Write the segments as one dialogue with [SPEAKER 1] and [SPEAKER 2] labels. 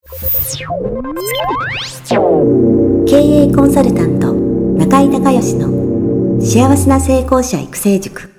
[SPEAKER 1] 経営コンサルタント中井孝義の幸せな成功者育成塾。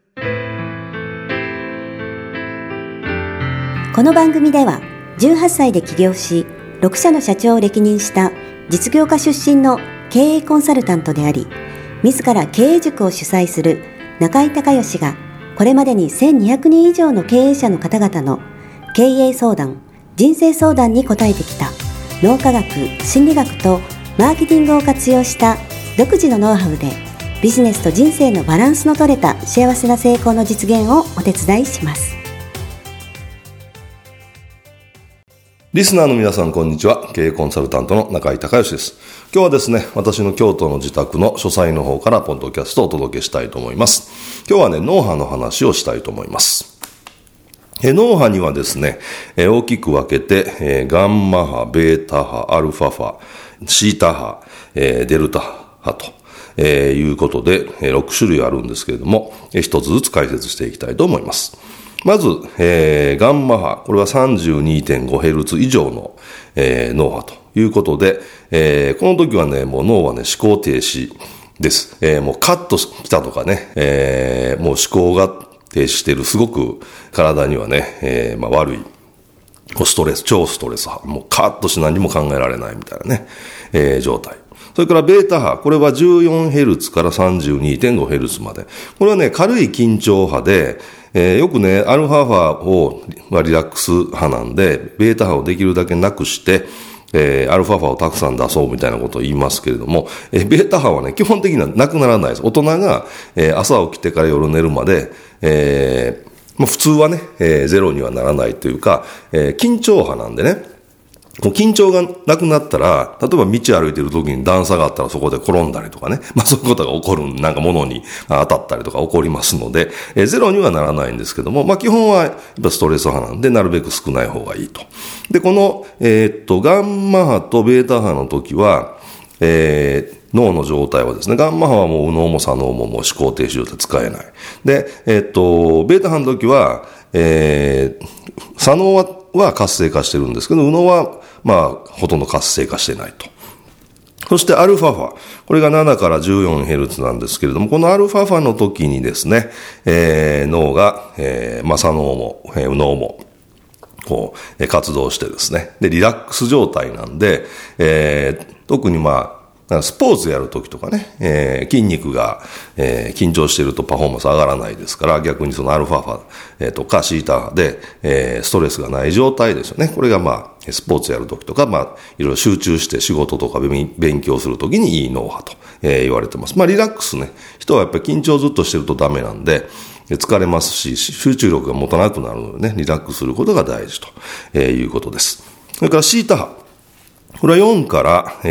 [SPEAKER 1] この番組では18歳で起業し6社の社長を歴任した実業家出身の経営コンサルタントであり、自ら経営塾を主催する中井孝義がこれまでに1200人以上の経営者の方々の経営相談、人生相談に応えてきた脳科学、心理学とマーケティングを活用した独自のノウハウでビジネスと人生のバランスの取れた幸せな成功の実現をお手伝いします。
[SPEAKER 2] リスナーの皆さん、こんにちは。経営コンサルタントの中井孝義です。今日はですね、私の京都の自宅の書斎の方からポッドキャストをお届けしたいと思います。今日はね、脳波の話をしたいと思います。脳波にはですね、大きく分けて、ガンマ波、ベータ波、アルファ波、シータ波、デルタ波ということで、6種類あるんですけれども、一つずつ解説していきたいと思います。まず、ガンマ波、これは 32.5Hz 以上の、脳波ということで、この時はね、もう脳はね、思考停止です。もうカッときたとかね、もう思考が停止している、すごく体にはね、悪い、ストレス、超ストレス波、もうカッとし何も考えられないみたいなね、状態。それからベータ波、これは 14Hz から 32.5Hz まで。これはね、軽い緊張波で、よくね、アルファ波はリラックス波なんで、ベータ波をできるだけなくして、アルファ波をたくさん出そうみたいなことを言いますけれども、ベータ波はね、基本的にはなくならないです。大人が、朝起きてから夜寝るまで、普通はね、ゼロにはならないというか、緊張波なんでね、もう緊張がなくなったら、例えば道歩いてる時に段差があったらそこで転んだりとかね、そういうことが起こる、なんか物に当たったりとか起こりますので、ゼロにはならないんですけども、基本はやっぱストレス波なんで、なるべく少ない方がいいと。で、この、ガンマ波とベータ波の時は、脳の状態はですね、ガンマ波はもう右脳も左脳ももう思考停止状態使えない。で、ベータ波の時は、左脳は活性化してるんですけど、右脳はほとんど活性化してないと。そしてアルファ波。これが7から 14Hz なんですけれども、このアルファ波の時にですね、脳が、左脳も、右脳も、活動してですね。で、リラックス状態なんで、特にスポーツやるときとかね、筋肉が、緊張しているとパフォーマンス上がらないですから、逆にそのアルファ波、とかシータ波で、ストレスがない状態ですよね。これがスポーツやるときとか、いろいろ集中して仕事とか勉強するときにいい脳波と、言われてます。リラックスね。人はやっぱり緊張ずっとしてるとダメなんで、疲れますし、集中力が持たなくなるのでね、リラックスすることが大事と、いうことです。それからシータ波。これは4から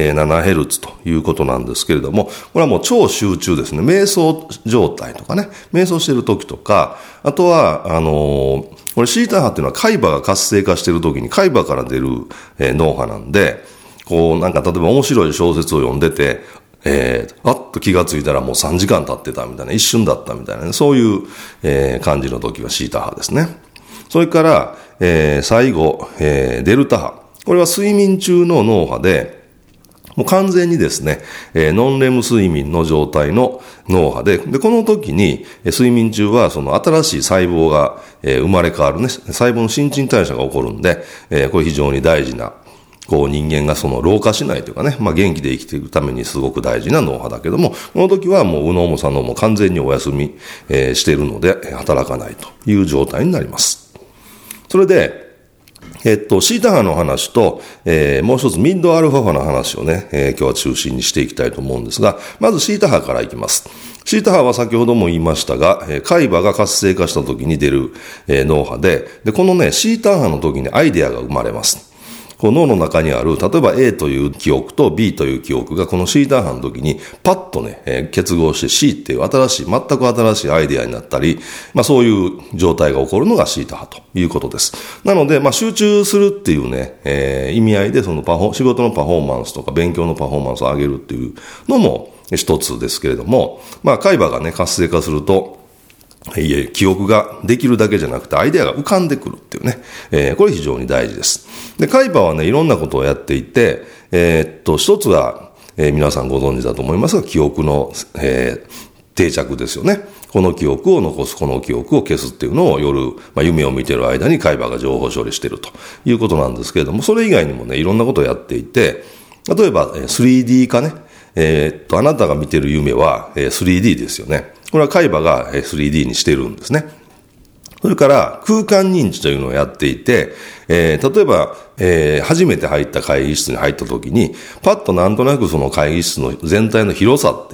[SPEAKER 2] 7Hz ということなんですけれども、これはもう超集中ですね。瞑想状態とかね、瞑想している時とか、あとは、これシータ波っていうのは海馬が活性化している時に海馬から出る、脳波なんで、なんか例えば面白い小説を読んでて、あっと気がついたらもう3時間経ってたみたいな、一瞬だったみたいなね、そういう、感じの時はシータ波ですね。それから、最後、デルタ波。これは睡眠中の脳波で、もう完全にですね、ノンレム睡眠の状態の脳波で、この時に、睡眠中はその新しい細胞が、生まれ変わるね、細胞の新陳代謝が起こるんで、これ非常に大事な、人間がその老化しないというかね、元気で生きていくためにすごく大事な脳波だけども、この時はもう右脳も左脳も完全にお休み、しているので、働かないという状態になります。それで、シータ波の話と、もう一つミッドアルファ波の話をね、今日は中心にしていきたいと思うんですが、まずシータ波からいきます。シータ波は先ほども言いましたが、海馬が活性化した時に出る、脳波で、このね、シータ波の時にアイデアが生まれます。脳の中にある、例えば A という記憶と B という記憶がこのシータ波の時にパッとね、結合して C っていう全く新しいアイデアになったり、そういう状態が起こるのがシータ波ということです。なので、集中するっていうね、意味合いでその仕事のパフォーマンスとか勉強のパフォーマンスを上げるっていうのも一つですけれども、海馬がね、活性化すると、 記憶ができるだけじゃなくてアイデアが浮かんでくるっていうね、これ非常に大事です。で、海馬はね、いろんなことをやっていて、一つは、皆さんご存知だと思いますが、記憶の、定着ですよね。この記憶を残す、この記憶を消すっていうのを夜、夢を見てる間に海馬が情報処理しているということなんですけれども、それ以外にもね、いろんなことをやっていて、例えば 3D 化ね、あなたが見てる夢は 3D ですよね。これは海馬が 3D にしてるんですね。それから空間認知というのをやっていて、例えば、初めて入った会議室に入った時に、パッとなんとなくその会議室の全体の広さって、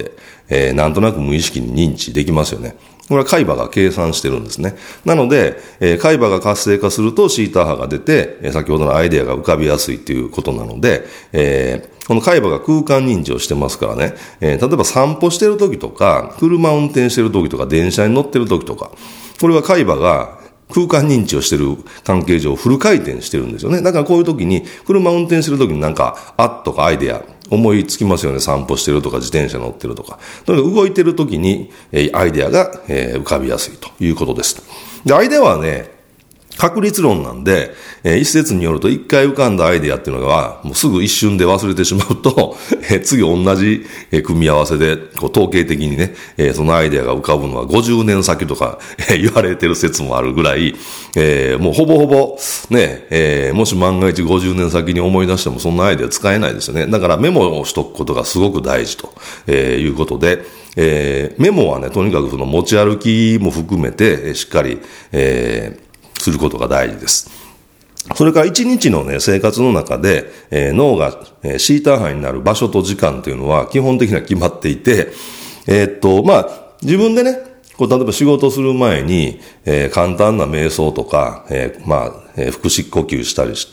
[SPEAKER 2] なんとなく無意識に認知できますよね。これは海馬が計算してるんですね。なので、海馬が活性化するとシータ波が出て、先ほどのアイデアが浮かびやすいということなので、この海馬が空間認知をしてますからね、例えば散歩してる時とか、車を運転してる時とか、電車に乗ってる時とか、これは海馬が空間認知をしている関係上フル回転してるんですよね。だからこういう時に、車運転してる時になんか、とかアイデア、思いつきますよね。散歩してるとか、自転車乗ってるとか。とにかく動いてる時に、アイデアが、浮かびやすいということです。で、アイデアはね、確率論なんで、一説によると一回浮かんだアイデアっていうのが、もうすぐ一瞬で忘れてしまうと、次同じ組み合わせで、統計的にね、そのアイデアが浮かぶのは50年先とか言われてる説もあるぐらい、もうほぼほぼ、ね、もし万が一50年先に思い出してもそんなアイデア使えないですよね。だからメモをしとくことがすごく大事ということで、メモはね、とにかくその持ち歩きも含めて、しっかり、することが大事です。それから一日のね、生活の中で、脳がシータ波になる場所と時間というのは基本的には決まっていて、自分でね、例えば仕事する前に、簡単な瞑想とか、腹式呼吸したりして、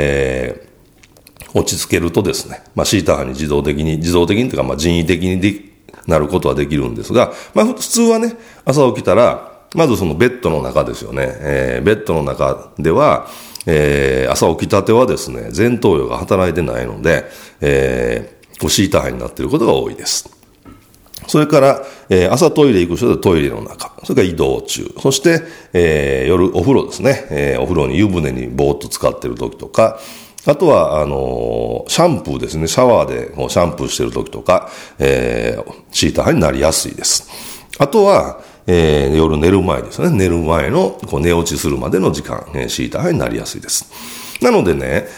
[SPEAKER 2] 落ち着けるとですね、シータ波に自動的にというか、人為的になることはできるんですが、普通はね、朝起きたら、まずそのベッドの中ですよね。ベッドの中では、朝起きたてはですね、前頭葉が働いてないので、シータ波になっていることが多いです。それから、朝トイレ行く人でトイレの中、それから移動中、そして、夜お風呂ですね、お風呂に湯船にぼーっと使っている時とか、あとは、シャンプーですね、シャワーでシャンプーしている時とか、シータ波になりやすいです。あとは、夜寝る前ですね。寝る前の寝落ちするまでの時間、シータ波になりやすいです。なのでね、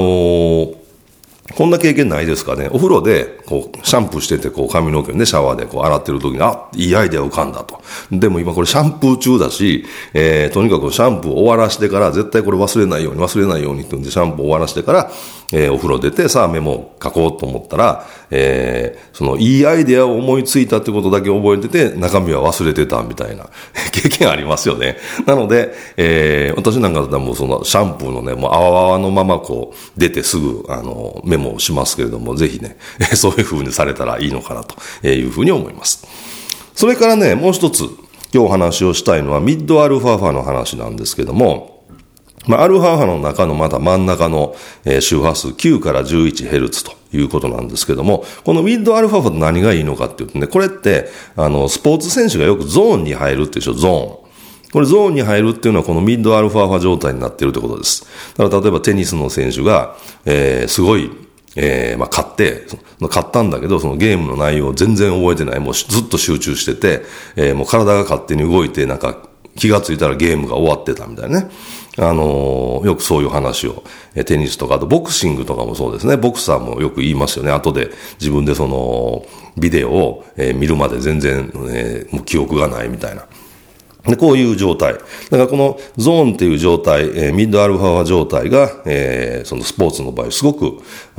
[SPEAKER 2] こんな経験ないですかね。お風呂で、シャンプーしてて、髪の毛をね、シャワーで洗ってる時に、いいアイデア浮かんだと。でも今これシャンプー中だし、とにかくシャンプーを終わらしてから、絶対これ忘れないようにって言うんで、シャンプーを終わらしてから、お風呂出て、さあメモを書こうと思ったら、そのいいアイデアを思いついたってことだけ覚えてて、中身は忘れてたみたいな経験ありますよね。なので、私なんかだったらもうそのシャンプーのね、もう泡々のまま出てすぐ、メモをしますけれども、ぜひね、そういう風にされたらいいのかなというふうに思います。それからね、もう一つ、今日話をしたいのはミッドアルファ波の話なんですけども、アルファ波の中のまた真ん中の周波数9から 11Hz ということなんですけども、このミッドアルファ波と何がいいのかっていうとね、これって、スポーツ選手がよくゾーンに入るっていうでしょ、ゾーン。これゾーンに入るっていうのはこのミッドアルファ波状態になっているということです。だから例えばテニスの選手が、すごい、勝ったんだけど、そのゲームの内容を全然覚えてない。もうずっと集中してて、もう体が勝手に動いて、気がついたらゲームが終わってたみたいなね。よくそういう話を、テニスとか、あとボクシングとかもそうですね。ボクサーもよく言いますよね。後で自分でその、ビデオを、見るまで全然、もう記憶がないみたいな。で、こういう状態。だからこのゾーンっていう状態、ミッドアルファ波状態が、そのスポーツの場合、すごく、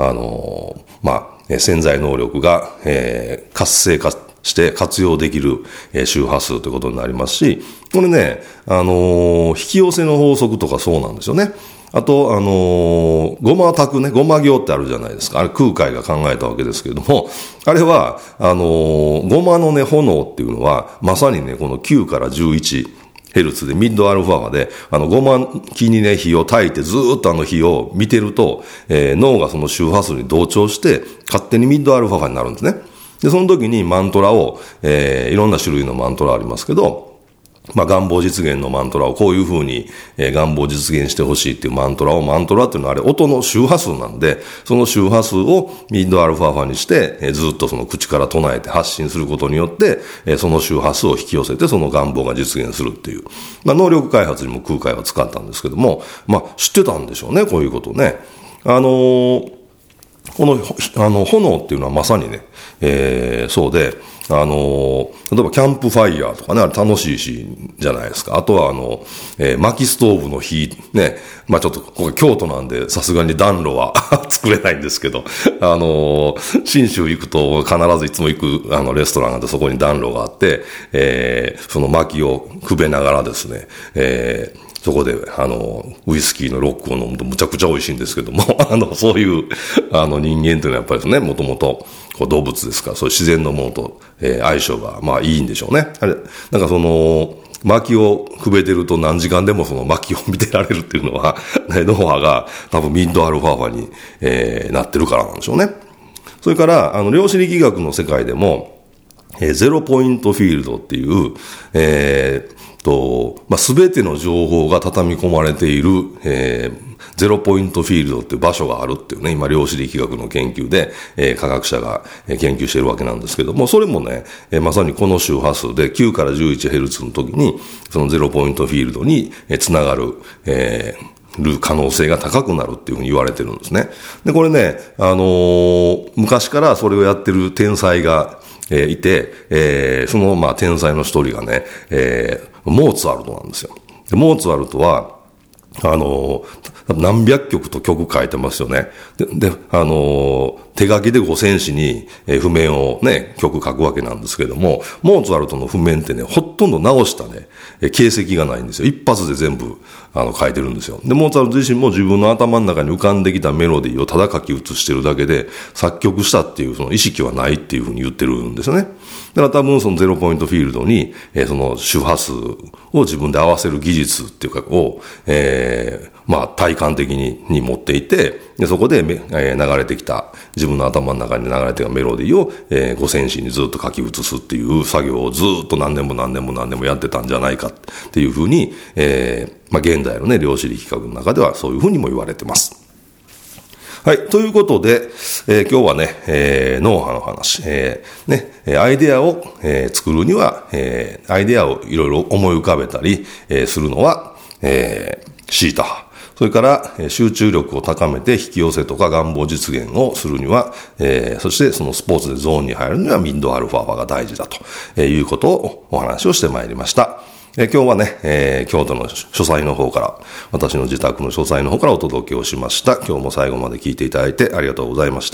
[SPEAKER 2] 潜在能力が、活性化して活用できる、周波数ということになりますし、これね、引き寄せの法則とかそうなんですよね。あと、ごま炊くね、ごま行ってあるじゃないですか。あれ空海が考えたわけですけれども、あれは、ごまのね、炎っていうのは、まさにね、この9から11ヘルツでミッドアルファ波で、ごま木にね、火を焚いてずーっと火を見てると、脳がその周波数に同調して、勝手にミッドアルファ波になるんですね。で、その時にマントラを、いろんな種類のマントラありますけど、 願望実現のマントラをこういう風に、願望実現してほしいっていうマントラっていうのはあれ音の周波数なんで、その周波数をミッドアルファ波にして、ずっとその口から唱えて発信することによって、その周波数を引き寄せてその願望が実現するっていう。能力開発にも空海は使ったんですけども、知ってたんでしょうね、こういうことをね。この、炎っていうのはまさにね、そうで、例えばキャンプファイヤーとかね、あれ楽しいし、じゃないですか。あとは薪ストーブの火、ね、ちょっと、ここ京都なんで、さすがに暖炉は作れないんですけど、信州行くと必ずいつも行く、レストランがあってそこに暖炉があって、その薪をくべながらですね、そこで、ウイスキーのロックを飲むとむちゃくちゃ美味しいんですけども、そういう、人間というのはやっぱりですね、もともと、動物ですから、そういう自然のものと、相性が、いいんでしょうね。なんか薪をくべてると何時間でもその薪を見てられるっていうのは、脳波が多分ミッドアルファ波に、なってるからなんでしょうね。それから、量子力学の世界でも、ゼロポイントフィールドっていう、すべての情報が畳み込まれている、ゼロポイントフィールドっていう場所があるっていうね、今量子力学の研究で、科学者が研究しているわけなんですけども、それもね、まさにこの周波数で9から 11Hz の時に、そのゼロポイントフィールドにつながる、可能性が高くなるっていうふうに言われてるんですね。で、これね、昔からそれをやってる天才が、いて、その、天才の一人がね、モーツァルトなんですよ。で、モーツァルトは、何百曲と曲書いてますよね。で、手書きで五線紙に譜面をね、曲書くわけなんですけども、モーツァルトの譜面ってね、ほとんど直したね、形跡がないんですよ。一発で全部、書いてるんですよ。で、モーツァルト自身も自分の頭の中に浮かんできたメロディーをただ書き写してるだけで、作曲したっていうその意識はないっていうふうに言ってるんですよね。だから多分そのゼロポイントフィールドに、その周波数を自分で合わせる技術っていうかを、体感的に持っていて、でそこで、流れてきた、自分の頭の中に流れてきたメロディーを、五線紙にずっと書き写すっていう作業をずっと何年もやってたんじゃないかっていうふうに、現代のね、量子力学の中ではそういうふうにも言われてます。はい。ということで、今日はね、脳波の話、アイデアを、作るには、アイデアをいろいろ思い浮かべたり、するのは、シータ波。それから、集中力を高めて引き寄せとか願望実現をするには、そしてそのスポーツでゾーンに入るにはミッドアルファ波が大事だということをお話をしてまいりました。今日はね、京都の書斎の方から、私の自宅の書斎の方からお届けをしました。今日も最後まで聞いていただいてありがとうございました。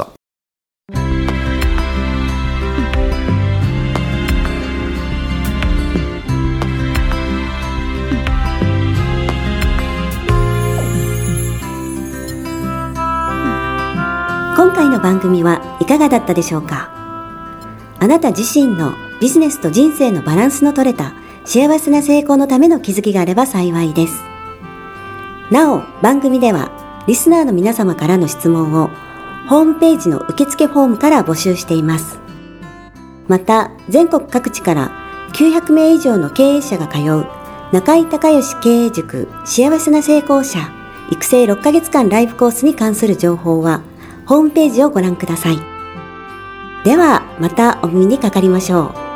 [SPEAKER 1] 今回の番組はいかがだったでしょうか。あなた自身のビジネスと人生のバランスの取れた幸せな成功のための気づきがあれば幸いです。なお、番組ではリスナーの皆様からの質問をホームページの受付フォームから募集しています。また、全国各地から900名以上の経営者が通う中井孝義経営塾幸せな成功者育成6ヶ月間ライブコースに関する情報はホームページをご覧ください。ではまたお耳にかかりましょう。